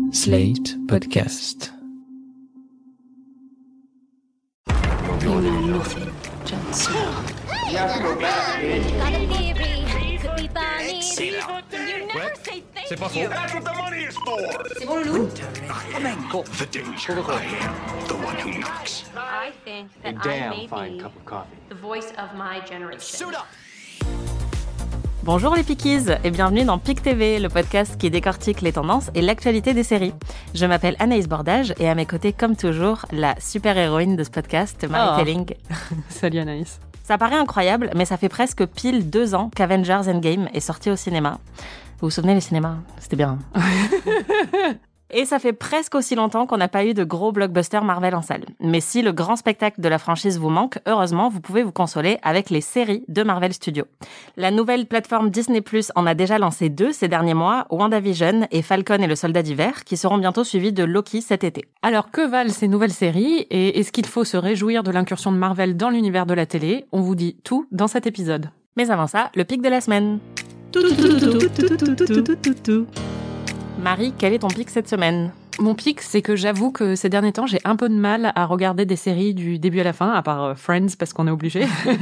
Slate Podcast. You know nothing, Jon Snow. Just go back in. Got a theory, could be funny. You never say thank you. That's what the money is for. C'est bon, Loulou? The danger. I am the one who knocks. I think that I may be the voice of my generation. Bonjour les Pikies et bienvenue dans PIK TV, le podcast qui décortique les tendances et l'actualité des séries. Je m'appelle Anaïs Bordage et à mes côtés, comme toujours, la super-héroïne de ce podcast, Marie Telling. Salut Anaïs. Ça paraît incroyable, mais ça fait presque pile 2 ans qu'Avengers Endgame est sorti au cinéma. Vous vous souvenez les cinémas ? C'était bien. Et ça fait presque aussi longtemps qu'on n'a pas eu de gros blockbusters Marvel en salle. Mais si le grand spectacle de la franchise vous manque, heureusement, vous pouvez vous consoler avec les séries de Marvel Studios. La nouvelle plateforme Disney+ en a déjà lancé 2 ces derniers mois, WandaVision et Falcon et le Soldat d'hiver, qui seront bientôt suivis de Loki cet été. Alors que valent ces nouvelles séries et est-ce qu'il faut se réjouir de l'incursion de Marvel dans l'univers de la télé ? On vous dit tout dans cet épisode. Mais avant ça, le pic de la semaine. Marie, quel est ton pic cette semaine ? Mon pic, c'est que j'avoue que ces derniers temps, j'ai un peu de mal à regarder des séries du début à la fin, à part Friends, parce qu'on est obligé.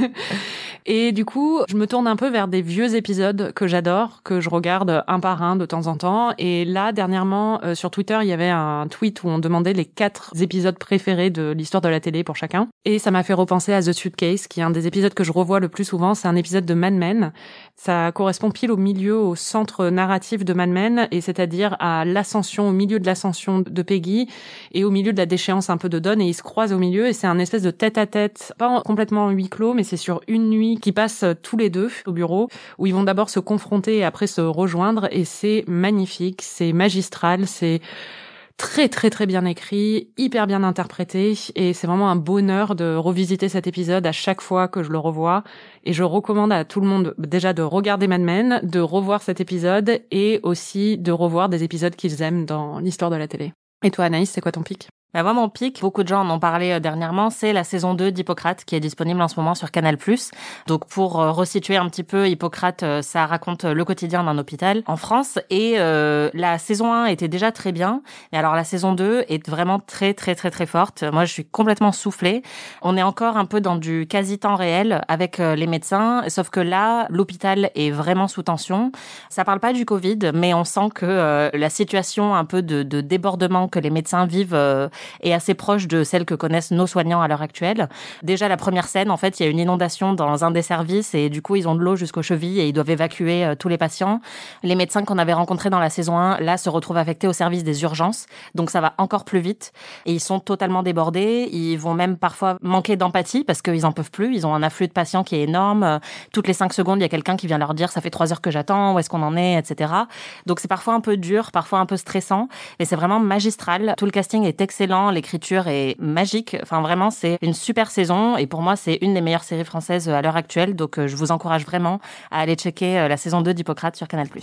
Et du coup, je me tourne un peu vers des vieux épisodes que j'adore, que je regarde un par un de temps en temps. Et là, dernièrement, sur Twitter, il y avait un tweet où on demandait les 4 épisodes préférés de l'histoire de la télé pour chacun. Et ça m'a fait repenser à The Suitcase, qui est un des épisodes que je revois le plus souvent. C'est un épisode de Mad Men. Ça correspond pile au milieu, au centre narratif de Mad Men, et c'est-à-dire à l'ascension, au milieu de l'ascension de Peggy et au milieu de la déchéance un peu de Don, et ils se croisent au milieu et c'est un espèce de tête-à-tête, pas complètement huis clos, mais c'est sur une nuit qui passe tous les deux au bureau où ils vont d'abord se confronter et après se rejoindre, et c'est magnifique, c'est magistral, c'est très très très bien écrit, hyper bien interprété, et c'est vraiment un bonheur de revisiter cet épisode à chaque fois que je le revois. Et je recommande à tout le monde déjà de regarder Mad Men, de revoir cet épisode et aussi de revoir des épisodes qu'ils aiment dans l'histoire de la télé. Et toi Anaïs, c'est quoi ton pic ? Bah moi, mon pic, beaucoup de gens en ont parlé dernièrement, c'est la saison 2 d'Hippocrate qui est disponible en ce moment sur Canal+. Donc pour resituer un petit peu, Hippocrate, ça raconte le quotidien d'un hôpital en France, et la saison 1 était déjà très bien, mais alors la saison 2 est vraiment très très très très forte. Moi, je suis complètement soufflée. On est encore un peu dans du quasi-temps réel avec les médecins, sauf que là, l'hôpital est vraiment sous tension. Ça parle pas du Covid, mais on sent que la situation un peu de débordement que les médecins vivent est assez proche de celle que connaissent nos soignants à l'heure actuelle. Déjà, la première scène, en fait, il y a une inondation dans un des services et du coup, ils ont de l'eau jusqu'aux chevilles et ils doivent évacuer tous les patients. Les médecins qu'on avait rencontrés dans la saison 1, là, se retrouvent affectés au service des urgences. Donc, ça va encore plus vite et ils sont totalement débordés. Ils vont même parfois manquer d'empathie parce qu'ils en peuvent plus. Ils ont un afflux de patients qui est énorme. Toutes les 5 secondes, il y a quelqu'un qui vient leur dire « ça fait 3 heures que j'attends, où est-ce qu'on en est ?» etc. Donc, c'est parfois un peu dur, parfois un peu stressant, mais c'est vraiment magistral. Tout le casting est excellent. L'écriture est magique. Enfin, vraiment, c'est une super saison. Et pour moi, c'est une des meilleures séries françaises à l'heure actuelle. Donc, je vous encourage vraiment à aller checker la saison 2 d'Hippocrate sur Canal+.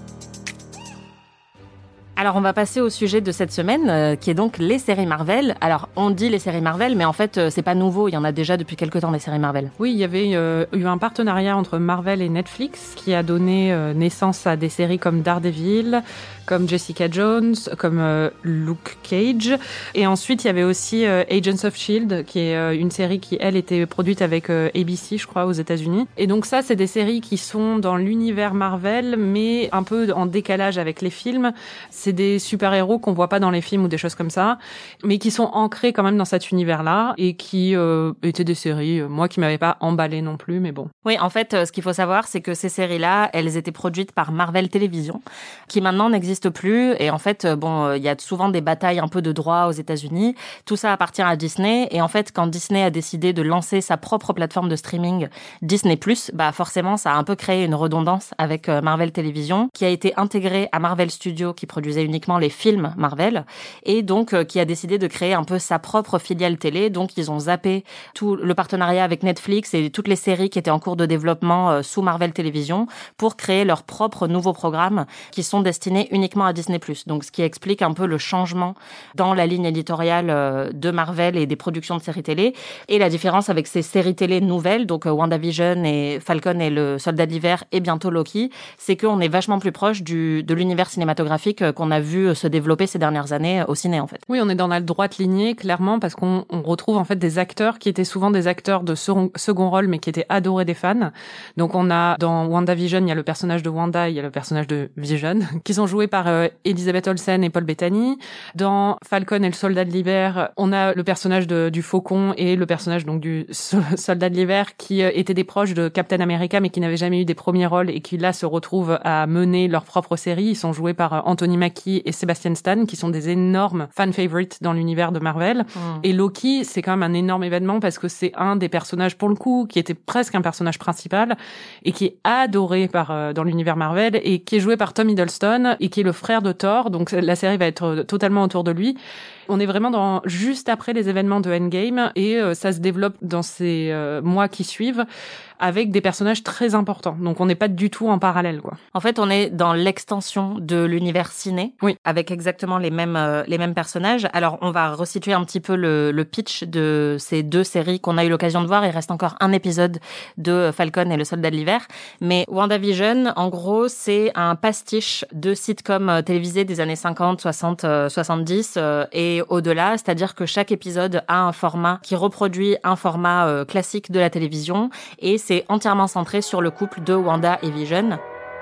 Alors, on va passer au sujet de cette semaine, qui est donc les séries Marvel. Alors, on dit les séries Marvel, mais en fait, c'est pas nouveau. Il y en a déjà depuis quelques temps des séries Marvel. Oui, il y avait eu un partenariat entre Marvel et Netflix qui a donné naissance à des séries comme Daredevil, comme Jessica Jones, comme Luke Cage. Et ensuite, il y avait aussi Agents of S.H.I.E.L.D., qui est une série qui, elle, était produite avec ABC, je crois, aux États-Unis. Et donc ça, c'est des séries qui sont dans l'univers Marvel, mais un peu en décalage avec les films. C'est des super-héros qu'on voit pas dans les films ou des choses comme ça, mais qui sont ancrés quand même dans cet univers-là et qui étaient des séries, moi, qui m'avaient pas emballé non plus, mais bon. Oui, en fait, ce qu'il faut savoir, c'est que ces séries-là, elles étaient produites par Marvel Television, qui maintenant n'existe plus. Et en fait, bon, il y a souvent des batailles un peu de droits aux États-Unis. Tout ça appartient à Disney. Et en fait, quand Disney a décidé de lancer sa propre plateforme de streaming, Disney+, bah forcément, ça a un peu créé une redondance avec Marvel Television, qui a été intégrée à Marvel Studios, qui produisait uniquement les films Marvel, et donc qui a décidé de créer un peu sa propre filiale télé. Donc, ils ont zappé tout le partenariat avec Netflix et toutes les séries qui étaient en cours de développement sous Marvel Television pour créer leurs propres nouveaux programmes qui sont destinés uniquement à Disney+. Donc, ce qui explique un peu le changement dans la ligne éditoriale de Marvel et des productions de séries télé, et la différence avec ces séries télé nouvelles, donc WandaVision et Falcon et le Soldat d'hiver et bientôt Loki, c'est qu'on est vachement plus proche de l'univers cinématographique qu'on qu'on a vu se développer ces dernières années au ciné, en fait. Oui, on est dans la droite lignée, clairement, parce qu'on retrouve en fait des acteurs qui étaient souvent des acteurs de second rôle, mais qui étaient adorés des fans. Donc on a dans WandaVision, il y a le personnage de Wanda, il y a le personnage de Vision, qui sont joués par Elizabeth Olsen et Paul Bettany. Dans Falcon et le Soldat de l'Hiver, on a le personnage du Faucon et le personnage donc du Soldat de l'Hiver qui étaient des proches de Captain America, mais qui n'avaient jamais eu des premiers rôles et qui là se retrouvent à mener leur propre série. Ils sont joués par Anthony Mackie et Sebastian Stan, qui sont des énormes fan favorites dans l'univers de Marvel. Et Loki, c'est quand même un énorme événement parce que c'est un des personnages, pour le coup, qui était presque un personnage principal et qui est adoré dans l'univers Marvel et qui est joué par Tom Hiddleston et qui est le frère de Thor. Donc la série va être totalement autour de lui. On est vraiment juste après les événements de Endgame et ça se développe dans ces mois qui suivent avec des personnages très importants. Donc on n'est pas du tout en parallèle, quoi. En fait, on est dans l'extension de l'univers ciné, oui, avec exactement les mêmes personnages. Alors, on va resituer un petit peu le pitch de ces deux séries qu'on a eu l'occasion de voir. Il reste encore un épisode de Falcon et le Soldat de l'Hiver. Mais WandaVision, en gros, c'est un pastiche de sitcom télévisé des années 50, 60, 70 et au-delà. C'est-à-dire que chaque épisode a un format qui reproduit un format classique de la télévision et c'est entièrement centré sur le couple de Wanda et Vision.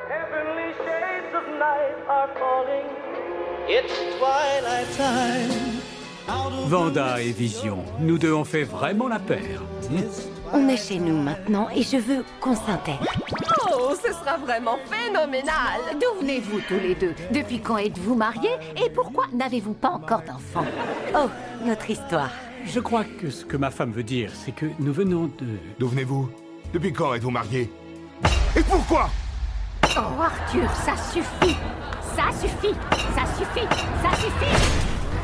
Wanda et Vision, nous deux on fait vraiment la paire. On est chez nous maintenant et je veux qu'on s'intègre. Oh, ce sera vraiment phénoménal! D'où venez-vous tous les deux? Depuis quand êtes-vous mariés? Et pourquoi n'avez-vous pas encore d'enfants? Oh, notre histoire. Je crois que ce que ma femme veut dire, c'est que nous venons de... D'où venez-vous? Depuis quand êtes-vous mariés? Et pourquoi? Oh, Arthur, ça suffit! Ça suffit! Ça suffit! Ça suffit!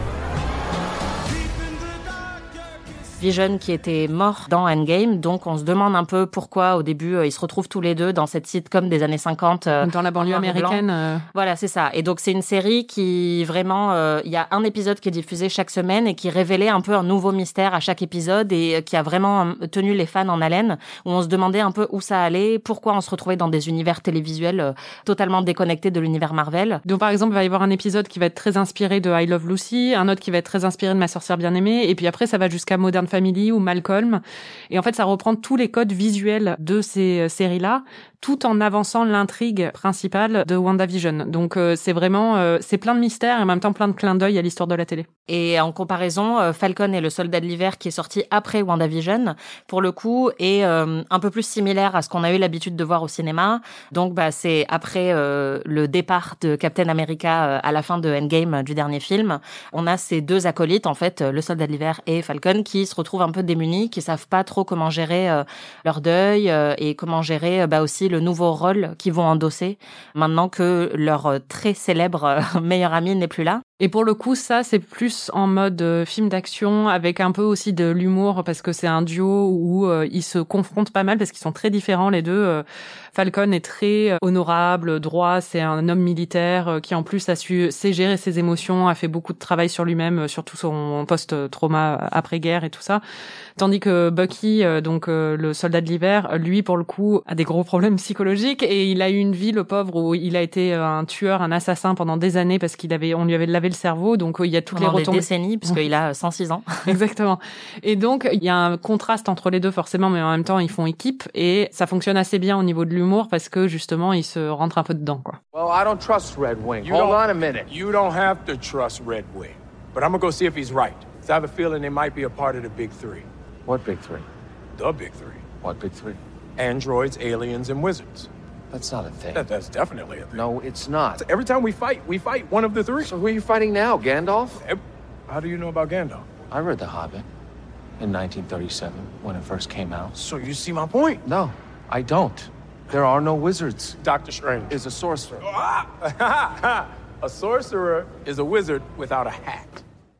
Vision qui était mort dans Endgame, donc on se demande un peu pourquoi au début ils se retrouvent tous les deux dans cette sitcom des années 50 dans la banlieue américaine. Voilà, c'est ça. Et donc c'est une série qui vraiment il y a un épisode qui est diffusé chaque semaine et qui révélait un peu un nouveau mystère à chaque épisode et qui a vraiment tenu les fans en haleine, où on se demandait un peu où ça allait, pourquoi on se retrouvait dans des univers télévisuels totalement déconnectés de l'univers Marvel. Donc par exemple, il va y avoir un épisode qui va être très inspiré de I Love Lucy, un autre qui va être très inspiré de Ma sorcière bien-aimée, et puis après ça va jusqu'à Modern Family ou Malcolm. Et en fait, ça reprend tous les codes visuels de ces séries-là, tout en avançant l'intrigue principale de WandaVision. Donc c'est vraiment c'est plein de mystères et en même temps plein de clins d'œil à l'histoire de la télé. Et en comparaison, Falcon et le Soldat de l'Hiver, qui est sorti après WandaVision, pour le coup, est un peu plus similaire à ce qu'on a eu l'habitude de voir au cinéma. Donc c'est après le départ de Captain America à la fin de Endgame du dernier film. On a ces deux acolytes, en fait, le Soldat de l'Hiver et Falcon, qui se retrouvent un peu démunis, qui savent pas trop comment gérer leur deuil et comment gérer aussi le nouveau rôle qu'ils vont endosser maintenant que leur très célèbre meilleur ami n'est plus là. Et pour le coup, ça, c'est plus en mode film d'action avec un peu aussi de l'humour parce que c'est un duo où ils se confrontent pas mal parce qu'ils sont très différents les deux. Falcon est très honorable, droit, c'est un homme militaire qui en plus sait gérer ses émotions, a fait beaucoup de travail sur lui-même, surtout son post-trauma après-guerre et tout ça. Tandis que Bucky, donc le Soldat de l'Hiver, lui pour le coup a des gros problèmes psychologiques et il a eu une vie, le pauvre, où il a été un tueur, un assassin pendant des années parce on lui avait lavé le cerveau, donc il y a toutes les retombées. Pendant des décennies, puisqu'il a 106 ans. Exactement. Et donc il y a un contraste entre les deux forcément, mais en même temps ils font équipe et ça fonctionne assez bien au niveau de l'humour parce que justement ils se rentrent un peu dedans, quoi. Well, I don't trust Red Wing. Hold on a minute. You don't have to trust Red Wing, but I'm gonna go see if he's right. I have a feeling they might be a part of the Big Three. What Big Three? The Big Three. What Big Three? Androids, aliens, and wizards. That's not a thing. That's definitely a thing. No, it's not. Every time we fight one of the three. So who are you fighting now, Gandalf? How do you know about Gandalf? I read The Hobbit in 1937 when it first came out. So you see my point? No, I don't. There are no wizards. Doctor Strange is a sorcerer. A sorcerer is a wizard without a hat.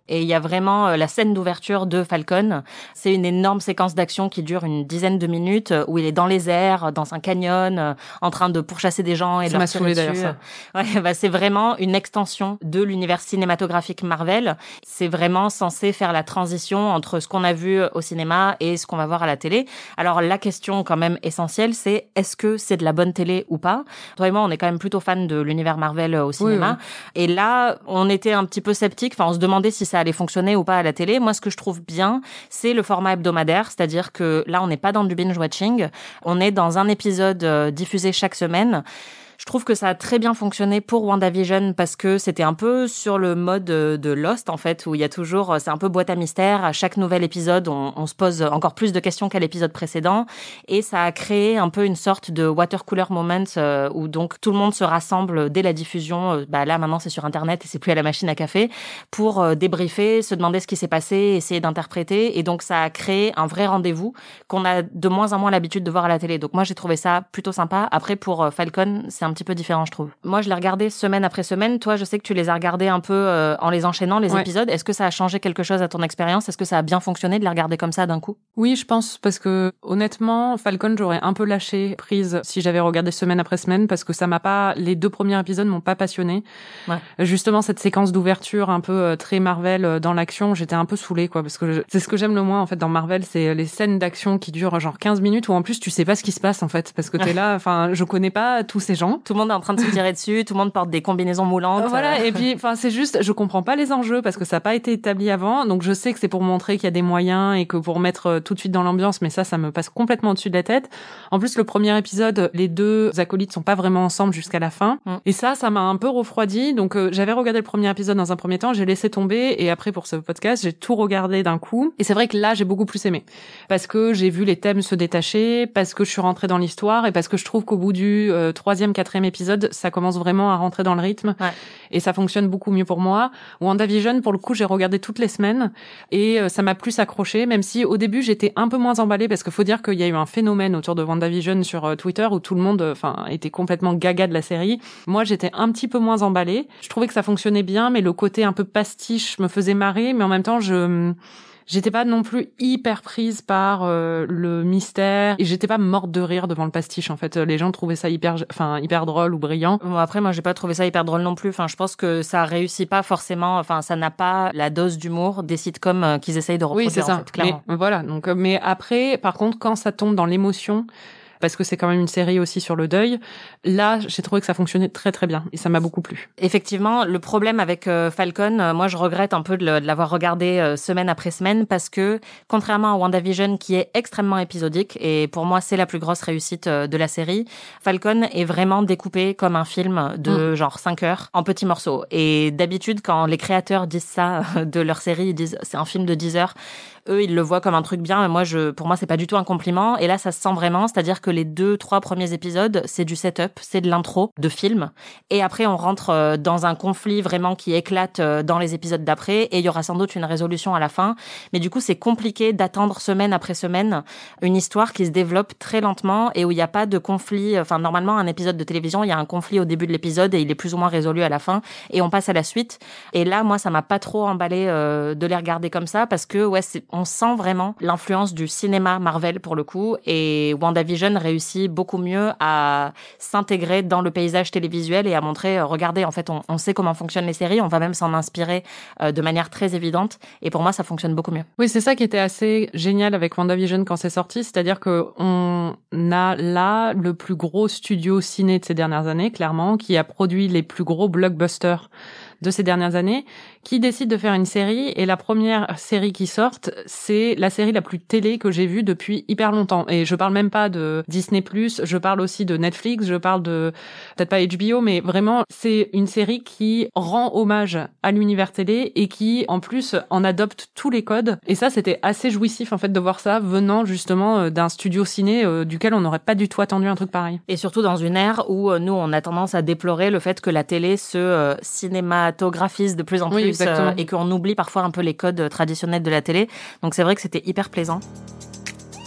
Et il y a vraiment la scène d'ouverture de Falcon. C'est une énorme séquence d'action qui dure une dizaine de minutes où il est dans les airs, dans un canyon, en train de pourchasser des gens et de leur tirer dessus. Ouais, c'est vraiment une extension de l'univers cinématographique Marvel. C'est vraiment censé faire la transition entre ce qu'on a vu au cinéma et ce qu'on va voir à la télé. Alors la question quand même essentielle, c'est est-ce que c'est de la bonne télé ou pas? Toi et moi, on est quand même plutôt fans de l'univers Marvel au cinéma. Oui. Et là, on était un petit peu sceptiques. Enfin, on se demandait si ça allait fonctionner ou pas à la télé. Moi, ce que je trouve bien, c'est le format hebdomadaire. C'est-à-dire que là, on n'est pas dans du binge-watching. On est dans un épisode diffusé chaque semaine. Je trouve que ça a très bien fonctionné pour WandaVision parce que c'était un peu sur le mode de Lost, en fait, où il y a toujours, c'est un peu boîte à mystère. À chaque nouvel épisode, on se pose encore plus de questions qu'à l'épisode précédent. Et ça a créé un peu une sorte de water cooler moment où donc tout le monde se rassemble dès la diffusion. Là, maintenant, c'est sur Internet et c'est plus à la machine à café pour débriefer, se demander ce qui s'est passé, essayer d'interpréter. Et donc, ça a créé un vrai rendez-vous qu'on a de moins en moins l'habitude de voir à la télé. Donc, moi, j'ai trouvé ça plutôt sympa. Après, pour Falcon, c'est un petit peu différent, je trouve. Moi, je l'ai regardé semaine après semaine. Toi, je sais que tu les as regardés un peu en les enchaînant, les épisodes. Est-ce que ça a changé quelque chose à ton expérience? Est-ce que ça a bien fonctionné de les regarder comme ça d'un coup? Oui, je pense, parce que honnêtement, Falcon, j'aurais un peu lâché prise si j'avais regardé semaine après semaine, parce que ça m'a pas, les 2 premiers épisodes m'ont pas passionné. Ouais. Justement, cette séquence d'ouverture un peu très Marvel dans l'action, j'étais un peu saoulée, quoi, parce que c'est ce que j'aime le moins, en fait, dans Marvel, c'est les scènes d'action qui durent genre 15 minutes où en plus tu sais pas ce qui se passe, en fait, parce que t'es là, enfin, je connais pas tous ces gens. Tout le monde est en train de se tirer dessus, tout le monde porte des combinaisons moulantes. Voilà, et puis, enfin, c'est juste, je comprends pas les enjeux parce que ça n'a pas été établi avant, donc je sais que c'est pour montrer qu'il y a des moyens et que pour mettre tout de suite dans l'ambiance, mais ça me passe complètement au-dessus de la tête. En plus, le premier épisode, les 2 acolytes sont pas vraiment ensemble jusqu'à la fin, et ça m'a un peu refroidi, donc j'avais regardé le premier épisode dans un premier temps, j'ai laissé tomber, et après pour ce podcast, j'ai tout regardé d'un coup, et c'est vrai que là, j'ai beaucoup plus aimé, parce que j'ai vu les thèmes se détacher, parce que je suis rentrée dans l'histoire, et parce que je trouve qu'au bout du 3e, 4e épisode, ça commence vraiment à rentrer dans le rythme, et ça fonctionne beaucoup mieux pour moi. WandaVision, pour le coup, j'ai regardé toutes les semaines, et ça m'a plus accroché, même si au début, j'étais un peu moins emballée, parce qu'il faut dire qu'il y a eu un phénomène autour de WandaVision sur Twitter, où tout le monde était complètement gaga de la série. Moi, j'étais un petit peu moins emballée. Je trouvais que ça fonctionnait bien, mais le côté un peu pastiche me faisait marrer, mais en même temps, j'étais pas non plus hyper prise par le mystère, et j'étais pas morte de rire devant le pastiche, en fait. Les gens trouvaient ça hyper drôle ou brillant. Bon, après, moi, j'ai pas trouvé ça hyper drôle non plus. Enfin, je pense que ça réussit pas forcément, enfin, ça n'a pas la dose d'humour des sitcoms qu'ils essayent de reproduire. Oui, c'est ça. En fait, clairement. Mais, voilà. Donc, mais après, par contre, quand ça tombe dans l'émotion, parce que c'est quand même une série aussi sur le deuil. Là, j'ai trouvé que ça fonctionnait très très bien et ça m'a beaucoup plu. Effectivement, le problème avec Falcon, moi je regrette un peu de l'avoir regardé semaine après semaine parce que contrairement à WandaVision qui est extrêmement épisodique et pour moi c'est la plus grosse réussite de la série, Falcon est vraiment découpé comme un film de genre 5 heures en petits morceaux. Et d'habitude quand les créateurs disent ça de leur série, ils disent c'est un film de 10 heures. Eux, ils le voient comme un truc bien, mais moi, pour moi, c'est pas du tout un compliment. Et là, ça se sent vraiment, c'est-à-dire que les 2-3 premiers épisodes, c'est du setup, c'est de l'intro de film. Et après, on rentre dans un conflit vraiment qui éclate dans les épisodes d'après. Et il y aura sans doute une résolution à la fin. Mais du coup, c'est compliqué d'attendre semaine après semaine une histoire qui se développe très lentement et où il n'y a pas de conflit. Enfin, normalement, un épisode de télévision, il y a un conflit au début de l'épisode et il est plus ou moins résolu à la fin. Et on passe à la suite. Et là, moi, ça m'a pas trop emballé de les regarder comme ça parce que, ouais, on sent vraiment l'influence du cinéma Marvel pour le coup et WandaVision réussit beaucoup mieux à s'intégrer dans le paysage télévisuel et à montrer, regardez, en fait, on sait comment fonctionnent les séries, on va même s'en inspirer de manière très évidente et pour moi, ça fonctionne beaucoup mieux. Oui, c'est ça qui était assez génial avec WandaVision quand c'est sorti, c'est-à-dire que on a là le plus gros studio ciné de ces dernières années, clairement, qui a produit les plus gros blockbusters de ces dernières années, qui décide de faire une série, et la première série qui sort, c'est la série la plus télé que j'ai vue depuis hyper longtemps. Et je parle même pas de Disney+, je parle aussi de Netflix, je parle de, peut-être pas HBO, mais vraiment, c'est une série qui rend hommage à l'univers télé et qui, en plus, en adopte tous les codes. Et ça, c'était assez jouissif, en fait, de voir ça venant, justement, d'un studio ciné duquel on n'aurait pas du tout attendu un truc pareil. Et surtout dans une ère où, nous, on a tendance à déplorer le fait que la télé se cinématographise de plus en plus et qu'on oublie parfois un peu les codes traditionnels de la télé. Donc c'est vrai que c'était hyper plaisant. Ce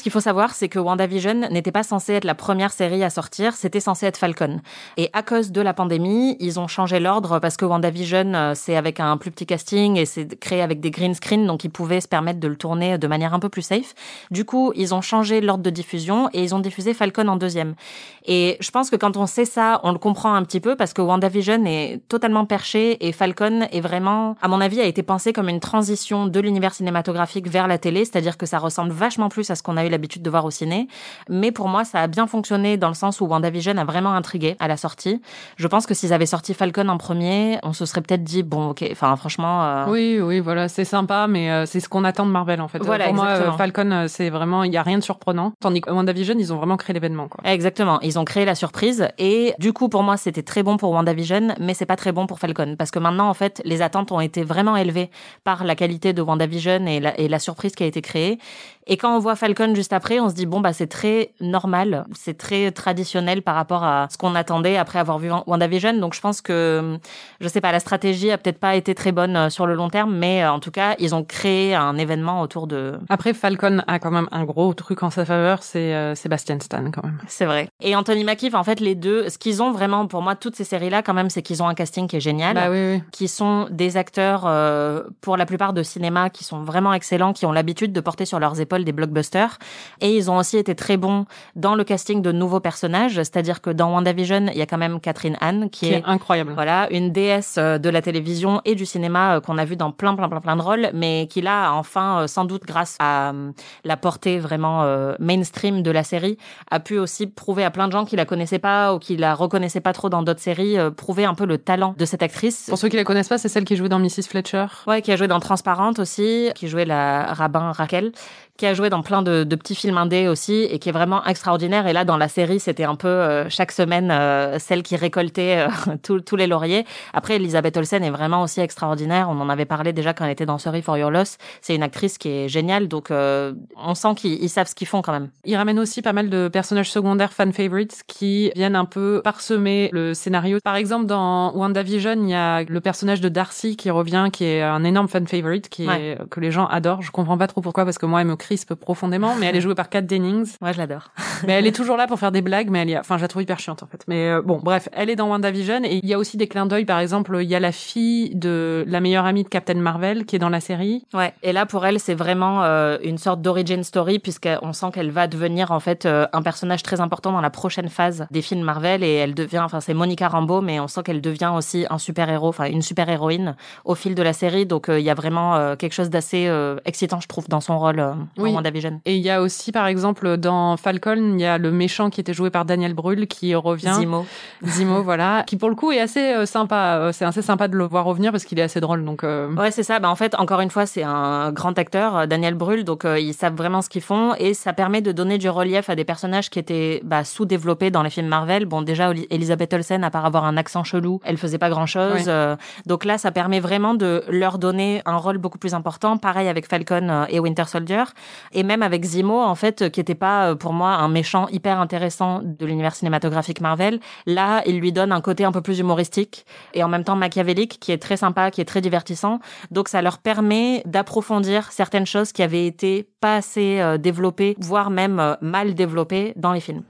qu'il faut savoir, c'est que WandaVision n'était pas censé être la première série à sortir, c'était censé être Falcon. Et à cause de la pandémie, ils ont changé l'ordre parce que WandaVision, c'est avec un plus petit casting et c'est créé avec des green screen, donc ils pouvaient se permettre de le tourner de manière un peu plus safe. Du coup, ils ont changé l'ordre de diffusion et ils ont diffusé Falcon en deuxième. Et je pense que quand on sait ça, on le comprend un petit peu parce que WandaVision est totalement perché et Falcon est vraiment, à mon avis, a été pensé comme une transition de l'univers cinématographique vers la télé, c'est-à-dire que ça ressemble vachement plus à ce qu'on a eu l'habitude de voir au ciné. Mais pour moi, ça a bien fonctionné dans le sens où WandaVision a vraiment intrigué à la sortie. Je pense que s'ils avaient sorti Falcon en premier, on se serait peut-être dit, bon, ok, enfin, franchement... Oui, voilà, c'est sympa, mais c'est ce qu'on attend de Marvel, en fait. Voilà, pour exactement. moi, Falcon, c'est vraiment, il y a rien de surprenant. Tandis que WandaVision, ils ont vraiment créé l'événement, quoi. Exactement. Ils ont créé la surprise et du coup, pour moi, c'était très bon pour WandaVision, mais c'est pas très bon pour Falcon parce que maintenant, en fait, les attentes ont été vraiment élevées par la qualité de WandaVision et la surprise qui a été créée. Et quand on voit Falcon juste après, on se dit, bon, bah, c'est très normal, c'est très traditionnel par rapport à ce qu'on attendait après avoir vu WandaVision. Donc, je pense que, je sais pas, la stratégie a peut-être pas été très bonne sur le long terme, mais en tout cas, ils ont créé un événement autour de... Après, Falcon a quand même un gros truc en sa faveur, c'est Sebastian Stan, quand même. C'est vrai. Et Anthony Mackie, en fait, les deux, ce qu'ils ont vraiment, pour moi, toutes ces séries-là, quand même, c'est qu'ils ont un casting qui est génial. Bah oui. Qui sont des acteurs, pour la plupart de cinéma, qui sont vraiment excellents, qui ont l'habitude de porter sur leurs épaules des blockbusters. Et ils ont aussi été très bons dans le casting de nouveaux personnages, c'est-à-dire que dans WandaVision, il y a quand même Catherine Hahn, qui est incroyable. Voilà, une déesse de la télévision et du cinéma qu'on a vu dans plein de rôles, mais qui là, enfin, sans doute grâce à la portée vraiment mainstream de la série, a pu aussi prouver à plein de gens qui la connaissaient pas ou qui la reconnaissaient pas trop dans d'autres séries, prouver un peu le talent de cette actrice. Pour ceux qui la connaissent pas, c'est celle qui jouait dans Mrs. Fletcher. Ouais, qui a joué dans Transparente aussi, qui jouait la rabbin Raquel, qui a joué dans plein de petits films indés aussi et qui est vraiment extraordinaire. Et là, dans la série, c'était un peu chaque semaine celle qui récoltait tous les lauriers. Après, Elisabeth Olsen est vraiment aussi extraordinaire. On en avait parlé déjà quand elle était dans Sorry for Your Loss. C'est une actrice qui est géniale, donc on sent qu'ils savent ce qu'ils font quand même. Ils ramènent aussi pas mal de personnages secondaires fan favorites qui viennent un peu parsemer le scénario. Par exemple, dans WandaVision, il y a le personnage de Darcy qui revient, qui est un énorme fan favorite, que les gens adorent. Je comprends pas trop pourquoi, parce que moi, elle me crispe profondément, mais elle est jouée par Kat Dennings. Ouais, je l'adore. Mais elle est toujours là pour faire des blagues, mais je la trouve hyper chiante en fait. Mais bon, bref, elle est dans WandaVision et il y a aussi des clins d'œil. Par exemple, il y a la fille de la meilleure amie de Captain Marvel qui est dans la série. Ouais. Et là, pour elle, c'est vraiment une sorte d'origin story puisqu'on sent qu'elle va devenir en fait un personnage très important dans la prochaine phase des films Marvel et elle devient, enfin, c'est Monica Rambeau, mais on sent qu'elle devient aussi un super-héros, enfin une super-héroïne au fil de la série. Donc, il y a vraiment quelque chose d'assez excitant, je trouve, dans son rôle dans WandaVision. Et il y a aussi, par exemple, dans Falcon, il y a le méchant qui était joué par Daniel Brühl qui revient. Zemo, voilà. Qui, pour le coup, est assez sympa. C'est assez sympa de le voir revenir parce qu'il est assez drôle, donc... Ouais, c'est ça. En fait, encore une fois, c'est un grand acteur, Daniel Brühl, donc ils savent vraiment ce qu'ils font et ça permet de donner du relief à des personnages qui étaient sous-développés dans les films Marvel. Bon, déjà, Elisabeth Olsen, à part avoir un accent chelou, elle faisait pas grand-chose. Ouais. Donc là, ça permet vraiment de leur donner un rôle beaucoup plus important. Pareil avec Falcon et Winter Soldier. Et même avec Zemo, en fait, qui était pas, pour moi, un méchant hyper intéressant de l'univers cinématographique Marvel. Là, il lui donne un côté un peu plus humoristique et en même temps machiavélique, qui est très sympa, qui est très divertissant. Donc, ça leur permet d'approfondir certaines choses qui avaient été pas assez développées, voire même mal développées dans les films.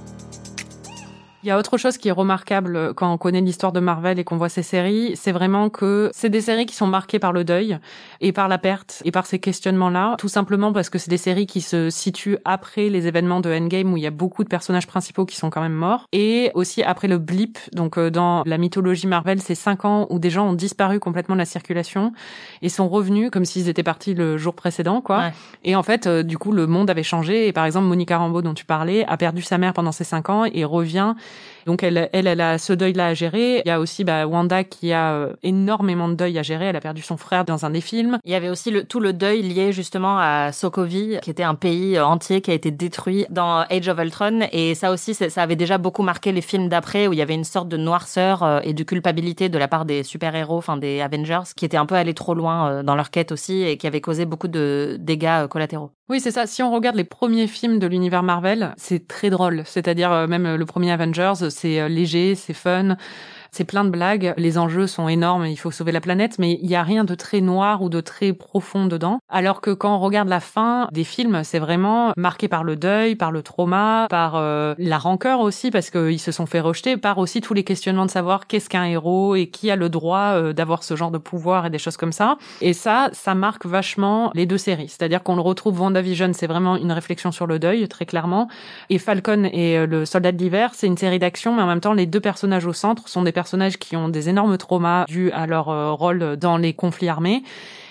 Il y a autre chose qui est remarquable quand on connaît l'histoire de Marvel et qu'on voit ces séries, c'est vraiment que c'est des séries qui sont marquées par le deuil et par la perte et par ces questionnements-là, tout simplement parce que c'est des séries qui se situent après les événements de Endgame où il y a beaucoup de personnages principaux qui sont quand même morts et aussi après le blip. Donc dans la mythologie Marvel, c'est 5 ans où des gens ont disparu complètement de la circulation et sont revenus comme s'ils étaient partis le jour précédent, quoi. Ouais. Et en fait, du coup, le monde avait changé et par exemple, Monica Rambeau dont tu parlais a perdu sa mère pendant ces 5 ans et revient. Donc elle a ce deuil-là à gérer. Il y a aussi Wanda qui a énormément de deuil à gérer. Elle a perdu son frère dans un des films. Il y avait aussi tout le deuil lié justement à Sokovie, qui était un pays entier qui a été détruit dans Age of Ultron. Et ça aussi, ça avait déjà beaucoup marqué les films d'après, où il y avait une sorte de noirceur et de culpabilité de la part des super-héros, enfin des Avengers, qui étaient un peu allés trop loin dans leur quête aussi et qui avaient causé beaucoup de dégâts collatéraux. Oui, c'est ça. Si on regarde les premiers films de l'univers Marvel, c'est très drôle. C'est-à-dire même le premier Avengers, c'est léger, c'est fun. C'est plein de blagues, les enjeux sont énormes, il faut sauver la planète, mais il y a rien de très noir ou de très profond dedans. Alors que quand on regarde la fin des films, c'est vraiment marqué par le deuil, par le trauma, par la rancœur aussi, parce qu'ils se sont fait rejeter, par aussi tous les questionnements de savoir qu'est-ce qu'un héros et qui a le droit d'avoir ce genre de pouvoir et des choses comme ça. Et ça marque vachement les deux séries. C'est-à-dire qu'on le retrouve, WandaVision, c'est vraiment une réflexion sur le deuil, très clairement. Et Falcon et le Soldat de l'Hiver, c'est une série d'action, mais en même temps, les deux personnages au centre sont des personnages qui ont des énormes traumas dus à leur rôle dans les conflits armés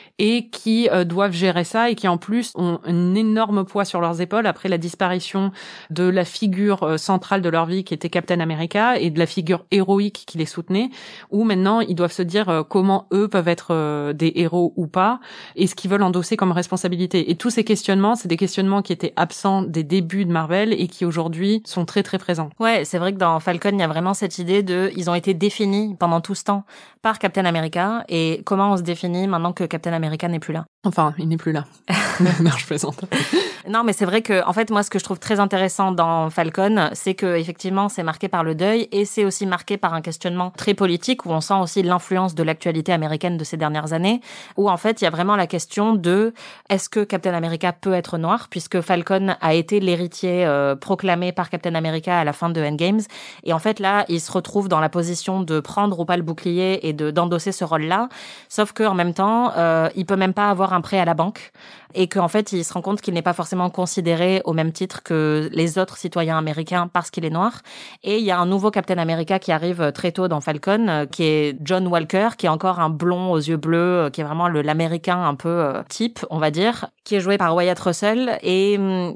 et qui doivent gérer ça et qui en plus ont un énorme poids sur leurs épaules après la disparition de la figure centrale de leur vie qui était Captain America et de la figure héroïque qui les soutenait, où maintenant ils doivent se dire comment eux peuvent être des héros ou pas et ce qu'ils veulent endosser comme responsabilité. Et tous ces questionnements, c'est des questionnements qui étaient absents des débuts de Marvel et qui aujourd'hui sont très très présents. Ouais, c'est vrai que dans Falcon, il y a vraiment cette idée ils ont été définis pendant tout ce temps par Captain America et comment on se définit maintenant que Captain America n'est plus là. Enfin, il n'est plus là. Non, je plaisante. Non, mais c'est vrai que, en fait, moi, ce que je trouve très intéressant dans Falcon, c'est que, effectivement, c'est marqué par le deuil et c'est aussi marqué par un questionnement très politique où on sent aussi l'influence de l'actualité américaine de ces dernières années, où, en fait, il y a vraiment la question de est-ce que Captain America peut être noir, puisque Falcon a été l'héritier proclamé par Captain America à la fin de Endgames. Et en fait, là, il se retrouve dans la position de prendre ou pas le bouclier et d'endosser ce rôle-là. Sauf que, en même temps, il peut même pas avoir un prêt à la banque et qu'en fait, il se rend compte qu'il n'est pas forcément considéré au même titre que les autres citoyens américains parce qu'il est noir. Et il y a un nouveau Captain America qui arrive très tôt dans Falcon, qui est John Walker, qui est encore un blond aux yeux bleus, qui est vraiment l'américain un peu type, on va dire, qui est joué par Wyatt Russell et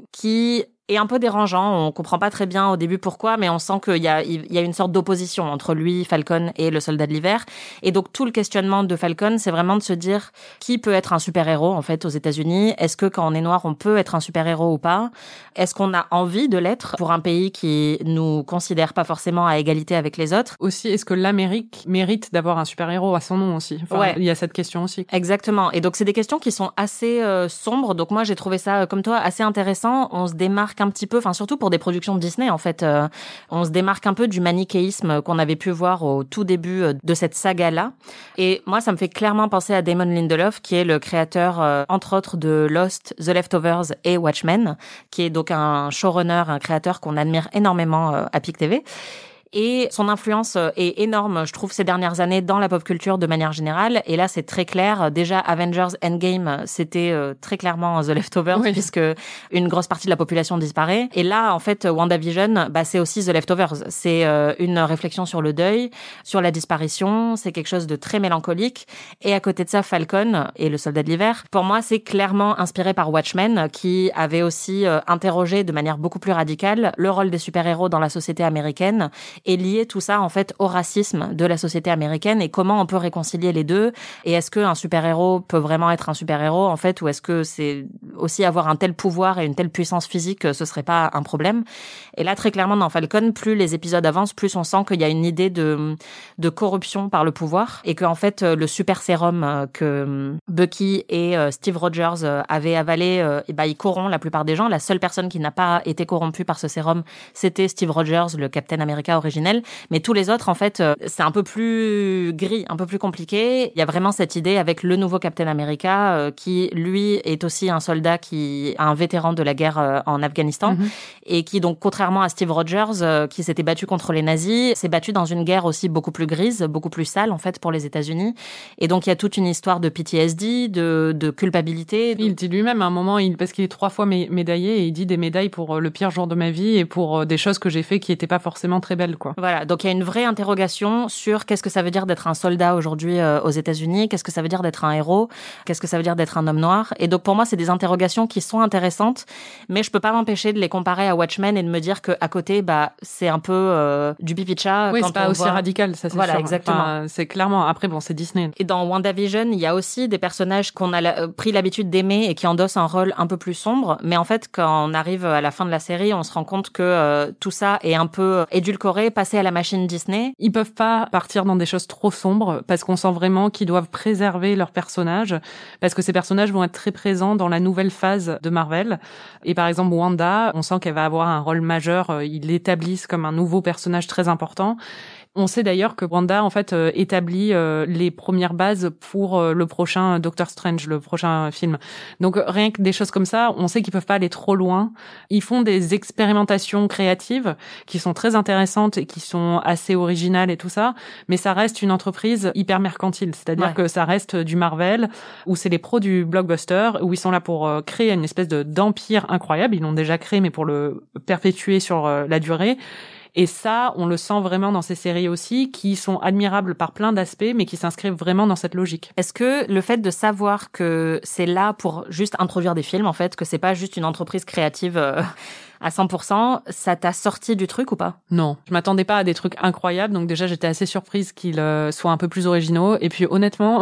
qui est un peu dérangeant. On comprend pas très bien au début pourquoi, mais on sent qu'il y a une sorte d'opposition entre lui, Falcon, et le Soldat de l'Hiver. Et donc, tout le questionnement de Falcon, c'est vraiment de se dire qui peut être un super-héros, en fait, aux États-Unis. Est-ce que quand on est noir, on peut être un super-héros ou pas? Est-ce qu'on a envie de l'être pour un pays qui nous considère pas forcément à égalité avec les autres? Aussi, est-ce que l'Amérique mérite d'avoir un super-héros à son nom aussi? Enfin, ouais. Il y a cette question aussi. Exactement. Et donc, c'est des questions qui sont assez sombres. Donc, moi, j'ai trouvé ça, comme toi, assez intéressant. On se démarque un petit peu, enfin surtout pour des productions de Disney en fait, on se démarque un peu du manichéisme qu'on avait pu voir au tout début de cette saga-là. Et moi, ça me fait clairement penser à Damon Lindelof, qui est le créateur, entre autres, de Lost, The Leftovers et Watchmen, qui est donc un showrunner, un créateur qu'on admire énormément à PIC TV. Et son influence est énorme, je trouve, ces dernières années dans la pop culture de manière générale. Et là, c'est très clair. Déjà, Avengers Endgame, c'était très clairement The Leftovers, oui, puisque une grosse partie de la population disparaît. Et là, en fait, WandaVision, c'est aussi The Leftovers. C'est une réflexion sur le deuil, sur la disparition. C'est quelque chose de très mélancolique. Et à côté de ça, Falcon et le Soldat de l'Hiver, pour moi, c'est clairement inspiré par Watchmen, qui avait aussi interrogé de manière beaucoup plus radicale le rôle des super-héros dans la société américaine et lier tout ça en fait au racisme de la société américaine et comment on peut réconcilier les deux. Et est-ce qu'un super-héros peut vraiment être un super-héros en fait, ou est-ce que c'est aussi avoir un tel pouvoir et une telle puissance physique, ce serait pas un problème? Et là, très clairement, dans Falcon, plus les épisodes avancent, plus on sent qu'il y a une idée de corruption par le pouvoir et qu'en fait, le super sérum que Bucky et Steve Rogers avaient avalé, il corrompt la plupart des gens. La seule personne qui n'a pas été corrompue par ce sérum, c'était Steve Rogers, le Captain America originel. Mais tous les autres, en fait, c'est un peu plus gris, un peu plus compliqué. Il y a vraiment cette idée avec le nouveau Captain America qui, lui, est aussi un soldat un vétéran de la guerre en Afghanistan et qui, donc, contrairement à Steve Rogers, qui s'était battu contre les nazis, s'est battu dans une guerre aussi beaucoup plus grise, beaucoup plus sale, en fait, pour les États-Unis. Et donc, il y a toute une histoire de PTSD, de culpabilité. Il dit lui-même à un moment, parce qu'il est 3 fois médaillé, et il dit des médailles pour le pire jour de ma vie et pour des choses que j'ai fait qui n'étaient pas forcément très belles, quoi. Voilà, donc il y a une vraie interrogation sur qu'est-ce que ça veut dire d'être un soldat aujourd'hui aux États-Unis, qu'est-ce que ça veut dire d'être un héros, qu'est-ce que ça veut dire d'être un homme noir. Et donc pour moi, c'est des interrogations qui sont intéressantes, mais je peux pas m'empêcher de les comparer à Watchmen et de me dire que à côté, c'est un peu du pipi de chat. Oui, c'est pas aussi radical, ça c'est voilà, sûr. Exactement. Enfin, c'est clairement. Après, bon, c'est Disney. Et dans WandaVision, il y a aussi des personnages qu'on a pris l'habitude d'aimer et qui endossent un rôle un peu plus sombre. Mais en fait, quand on arrive à la fin de la série, on se rend compte que tout ça est un peu édulcoré, passé à la machine Disney. Ils peuvent pas partir dans des choses trop sombres parce qu'on sent vraiment qu'ils doivent préserver leurs personnages parce que ces personnages vont être très présents dans la nouvelle phase de Marvel. Et par exemple, Wanda, on sent qu'elle va avoir un rôle majeur. Ils l'établissent comme un nouveau personnage très important. On sait d'ailleurs que Wanda, en fait, établit les premières bases pour le prochain Doctor Strange, le prochain film. Donc, rien que des choses comme ça, on sait qu'ils peuvent pas aller trop loin. Ils font des expérimentations créatives qui sont très intéressantes et qui sont assez originales et tout ça, mais ça reste une entreprise hyper mercantile. C'est-à-dire que ça reste du Marvel, où c'est les pros du blockbuster, où ils sont là pour créer une espèce d'empire incroyable. Ils l'ont déjà créé, mais pour le perpétuer sur la durée. Et ça, on le sent vraiment dans ces séries aussi, qui sont admirables par plein d'aspects, mais qui s'inscrivent vraiment dans cette logique. Est-ce que le fait de savoir que c'est là pour juste introduire des films, en fait, que c'est pas juste une entreprise créative à 100%, ça t'a sorti du truc ou pas? Non, je m'attendais pas à des trucs incroyables, donc déjà j'étais assez surprise qu'ils soient un peu plus originaux. Et puis honnêtement...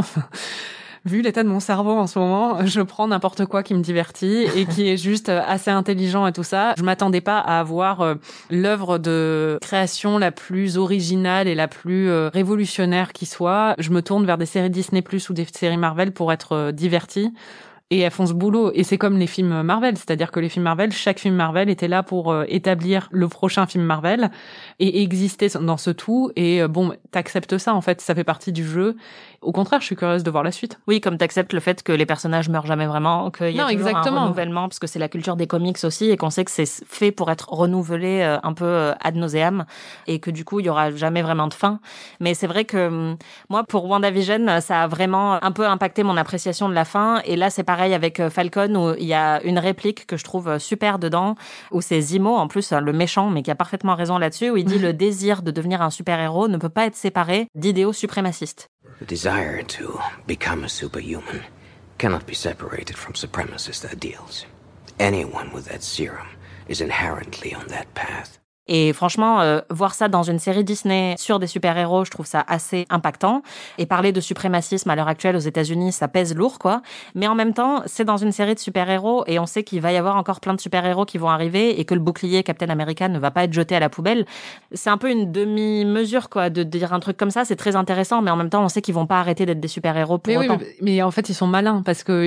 Vu l'état de mon cerveau en ce moment, je prends n'importe quoi qui me divertit et qui est juste assez intelligent et tout ça. Je m'attendais pas à avoir l'œuvre de création la plus originale et la plus révolutionnaire qui soit. Je me tourne vers des séries Disney+ ou des séries Marvel pour être divertie. Et elles font ce boulot. Et c'est comme les films Marvel. C'est-à-dire que les films Marvel, chaque film Marvel était là pour établir le prochain film Marvel et exister dans ce tout. Et bon, t'acceptes ça, en fait. Ça fait partie du jeu. Au contraire, je suis curieuse de voir la suite. Oui, comme t'acceptes le fait que les personnages meurent jamais vraiment, qu'il y a toujours un renouvellement, parce que c'est la culture des comics aussi, et qu'on sait que c'est fait pour être renouvelé un peu ad nauseam, et que du coup, il y aura jamais vraiment de fin. Mais c'est vrai que moi, pour WandaVision, ça a vraiment un peu impacté mon appréciation de la fin. Et là, c'est pareil avec Falcon, où il y a une réplique que je trouve super dedans, où c'est Zemo, en plus, le méchant, mais qui a parfaitement raison là-dessus, où il dit le désir de devenir un super-héros ne peut pas être séparé d'idéaux suprémacistes. The desire to become a superhuman cannot be separated from supremacist ideals. Anyone with that serum is inherently on that path. Et franchement, voir ça dans une série Disney sur des super-héros, je trouve ça assez impactant. Et parler de suprémacisme à l'heure actuelle aux États-Unis, ça pèse lourd, quoi. Mais en même temps, c'est dans une série de super-héros et on sait qu'il va y avoir encore plein de super-héros qui vont arriver et que le bouclier Captain America ne va pas être jeté à la poubelle. C'est un peu une demi-mesure, quoi, de dire un truc comme ça. C'est très intéressant, mais en même temps, on sait qu'ils vont pas arrêter d'être des super-héros pour autant. Oui, mais en fait, ils sont malins parce que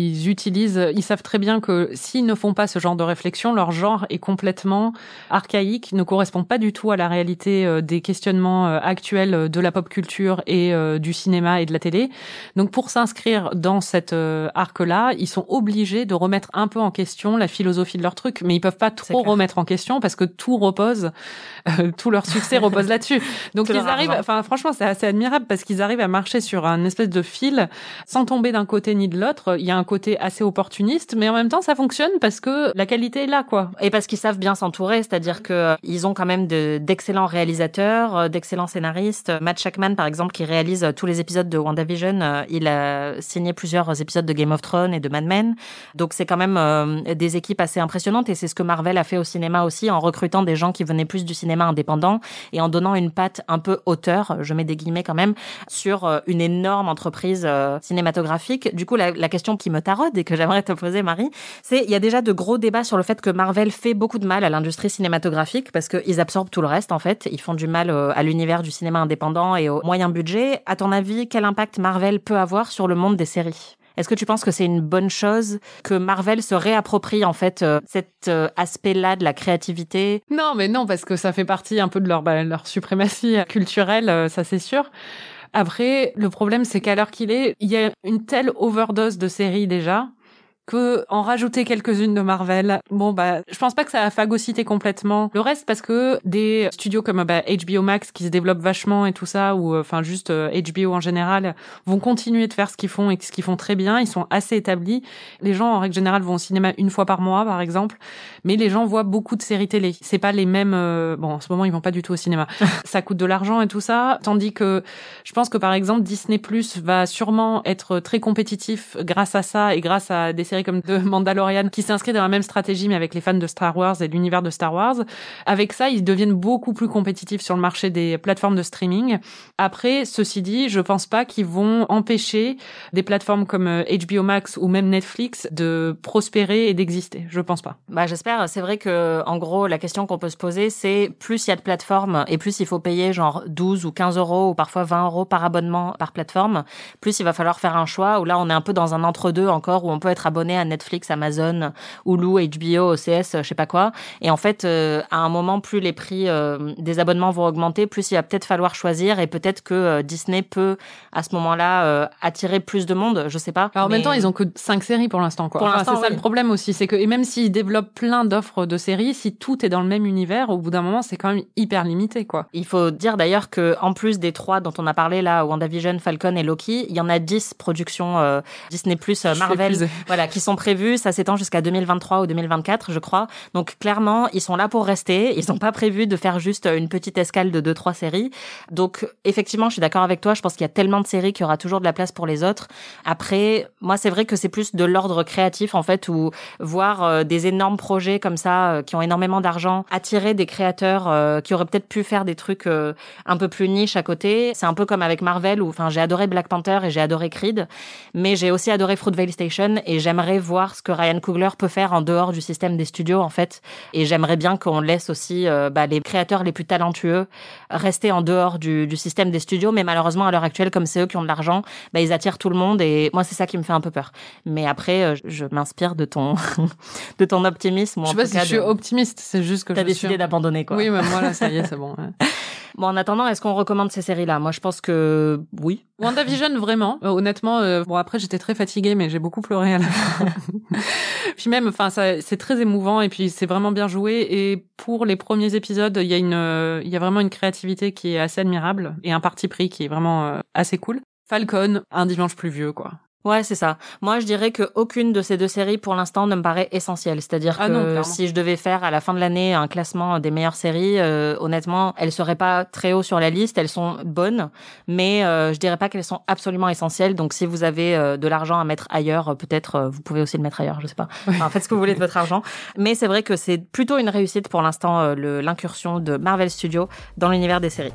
ils savent très bien que s'ils ne font pas ce genre de réflexion, leur genre est complètement archaïque, ne correspond pas du tout à la réalité des questionnements actuels de la pop culture et du cinéma et de la télé. Donc pour s'inscrire dans cet arc-là, ils sont obligés de remettre un peu en question la philosophie de leur truc, mais ils peuvent pas trop remettre en question parce que tout repose, tout leur succès repose là-dessus. Donc ils arrivent, enfin franchement c'est assez admirable parce qu'ils arrivent à marcher sur un espèce de fil sans tomber d'un côté ni de l'autre. Il y a un côté assez opportuniste, mais en même temps ça fonctionne parce que la qualité est là, quoi. Et parce qu'ils savent bien s'entourer, c'est-à-dire que ils ont quand même d'excellents réalisateurs, d'excellents scénaristes. Matt Shakman, par exemple, qui réalise tous les épisodes de WandaVision, il a signé plusieurs épisodes de Game of Thrones et de Mad Men. Donc c'est quand même des équipes assez impressionnantes et c'est ce que Marvel a fait au cinéma aussi en recrutant des gens qui venaient plus du cinéma indépendant et en donnant une patte un peu auteur, je mets des guillemets quand même, sur une énorme entreprise cinématographique. Du coup, la question qui me taraude et que j'aimerais te poser, Marie, c'est il y a déjà de gros débats sur le fait que Marvel fait beaucoup de mal à l'industrie cinématographique parce qu'ils absorbent tout le reste, en fait. Ils font du mal à l'univers du cinéma indépendant et au moyen budget. À ton avis, quel impact Marvel peut avoir sur le monde des séries ? Est-ce que tu penses que c'est une bonne chose que Marvel se réapproprie, en fait, cet aspect-là de la créativité ? Non, mais non, parce que ça fait partie un peu de leur suprématie culturelle, ça c'est sûr. Après, le problème, c'est qu'à l'heure qu'il est, il y a une telle overdose de séries déjà, que en rajouter quelques-unes de Marvel, je pense pas que ça a phagocyté complètement le reste parce que des studios comme HBO Max qui se développent vachement et tout ça, ou enfin juste HBO en général, vont continuer de faire ce qu'ils font et ce qu'ils font très bien. Ils sont assez établis. Les gens en règle générale vont au cinéma une fois par mois, par exemple, mais les gens voient beaucoup de séries télé. C'est pas les mêmes. En ce moment ils vont pas du tout au cinéma. Ça coûte de l'argent et tout ça, tandis que je pense que par exemple Disney+ va sûrement être très compétitif grâce à ça et grâce à des séries comme The Mandalorian qui s'inscrit dans la même stratégie mais avec les fans de Star Wars et l'univers de Star Wars. Avec ça, ils deviennent beaucoup plus compétitifs sur le marché des plateformes de streaming. Après, ceci dit, je pense pas qu'ils vont empêcher des plateformes comme HBO Max ou même Netflix de prospérer et d'exister. Je pense pas. J'espère. C'est vrai que, en gros, la question qu'on peut se poser, c'est plus il y a de plateformes et plus il faut payer genre 12 ou 15 euros ou parfois 20 euros par abonnement par plateforme, plus il va falloir faire un choix où là, on est un peu dans un entre-deux encore où on peut être abonné abonnés à Netflix, Amazon, Hulu, HBO, OCS, je sais pas quoi. Et en fait, à un moment, plus les prix des abonnements vont augmenter, plus il va peut-être falloir choisir et peut-être que Disney peut, à ce moment-là, attirer plus de monde, je sais pas. Alors, en même temps, ils ont que 5 séries pour l'instant, quoi. Pour l'instant, c'est ça le problème aussi, c'est que, et même s'ils développent plein d'offres de séries, si tout est dans le même univers, au bout d'un moment, c'est quand même hyper limité, quoi. Il faut dire d'ailleurs que, en plus des 3 dont on a parlé là, WandaVision, Falcon et Loki, il y en a 10 productions Disney+, Marvel, voilà, qui sont prévues. Ça s'étend jusqu'à 2023 ou 2024, je crois. Donc, clairement, ils sont là pour rester. Ils n'ont pas prévu de faire juste une petite escale de 2-3 séries. Donc, effectivement, je suis d'accord avec toi. Je pense qu'il y a tellement de séries qu'il y aura toujours de la place pour les autres. Après, moi, c'est vrai que c'est plus de l'ordre créatif, en fait, où voir des énormes projets comme ça, qui ont énormément d'argent, attirer des créateurs qui auraient peut-être pu faire des trucs un peu plus niche à côté. C'est un peu comme avec Marvel, où, enfin, j'ai adoré Black Panther et j'ai adoré Creed, mais j'ai aussi adoré Fruitvale Station et j'aimerais voir ce que Ryan Coogler peut faire en dehors du système des studios, en fait. Et j'aimerais bien qu'on laisse aussi les créateurs les plus talentueux rester en dehors du système des studios, mais malheureusement, à l'heure actuelle, comme c'est eux qui ont de l'argent, ils attirent tout le monde et moi, c'est ça qui me fait un peu peur. Mais après, je m'inspire de ton de ton optimisme. Je sais pas si je suis optimiste, c'est juste que t'as décidé d'abandonner, quoi. Oui, mais moi, là, ça y est, c'est bon. Ouais. Bon, en attendant, est-ce qu'on recommande ces séries-là? Moi, je pense que oui. WandaVision, vraiment. Honnêtement, bon, après, j'étais très fatiguée, mais j'ai beaucoup pleuré à la fin. Puis même, enfin, c'est très émouvant et puis c'est vraiment bien joué. Et pour les premiers épisodes, il y a vraiment une créativité qui est assez admirable et un parti pris qui est vraiment assez cool. Falcon, un dimanche pluvieux, quoi. Ouais, c'est ça. Moi, je dirais que aucune de ces 2 séries, pour l'instant, ne me paraît essentielle. C'est-à-dire que si je devais faire à la fin de l'année un classement des meilleures séries, honnêtement, elles seraient pas très haut sur la liste. Elles sont bonnes, mais je dirais pas qu'elles sont absolument essentielles. Donc, si vous avez de l'argent à mettre ailleurs, peut-être vous pouvez aussi le mettre ailleurs. Je sais pas. Enfin, faites ce que vous voulez de votre argent. Mais c'est vrai que c'est plutôt une réussite pour l'instant, l'incursion de Marvel Studios dans l'univers des séries.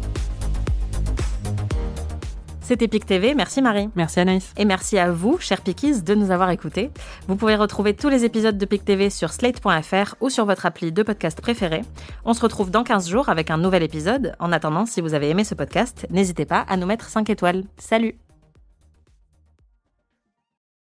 C'était PIC TV, merci Marie. Merci Anaïs. Et merci à vous, chers Pickies, de nous avoir écoutés. Vous pouvez retrouver tous les épisodes de PIC TV sur slate.fr ou sur votre appli de podcast préféré. On se retrouve dans 15 jours avec un nouvel épisode. En attendant, si vous avez aimé ce podcast, n'hésitez pas à nous mettre 5 étoiles. Salut!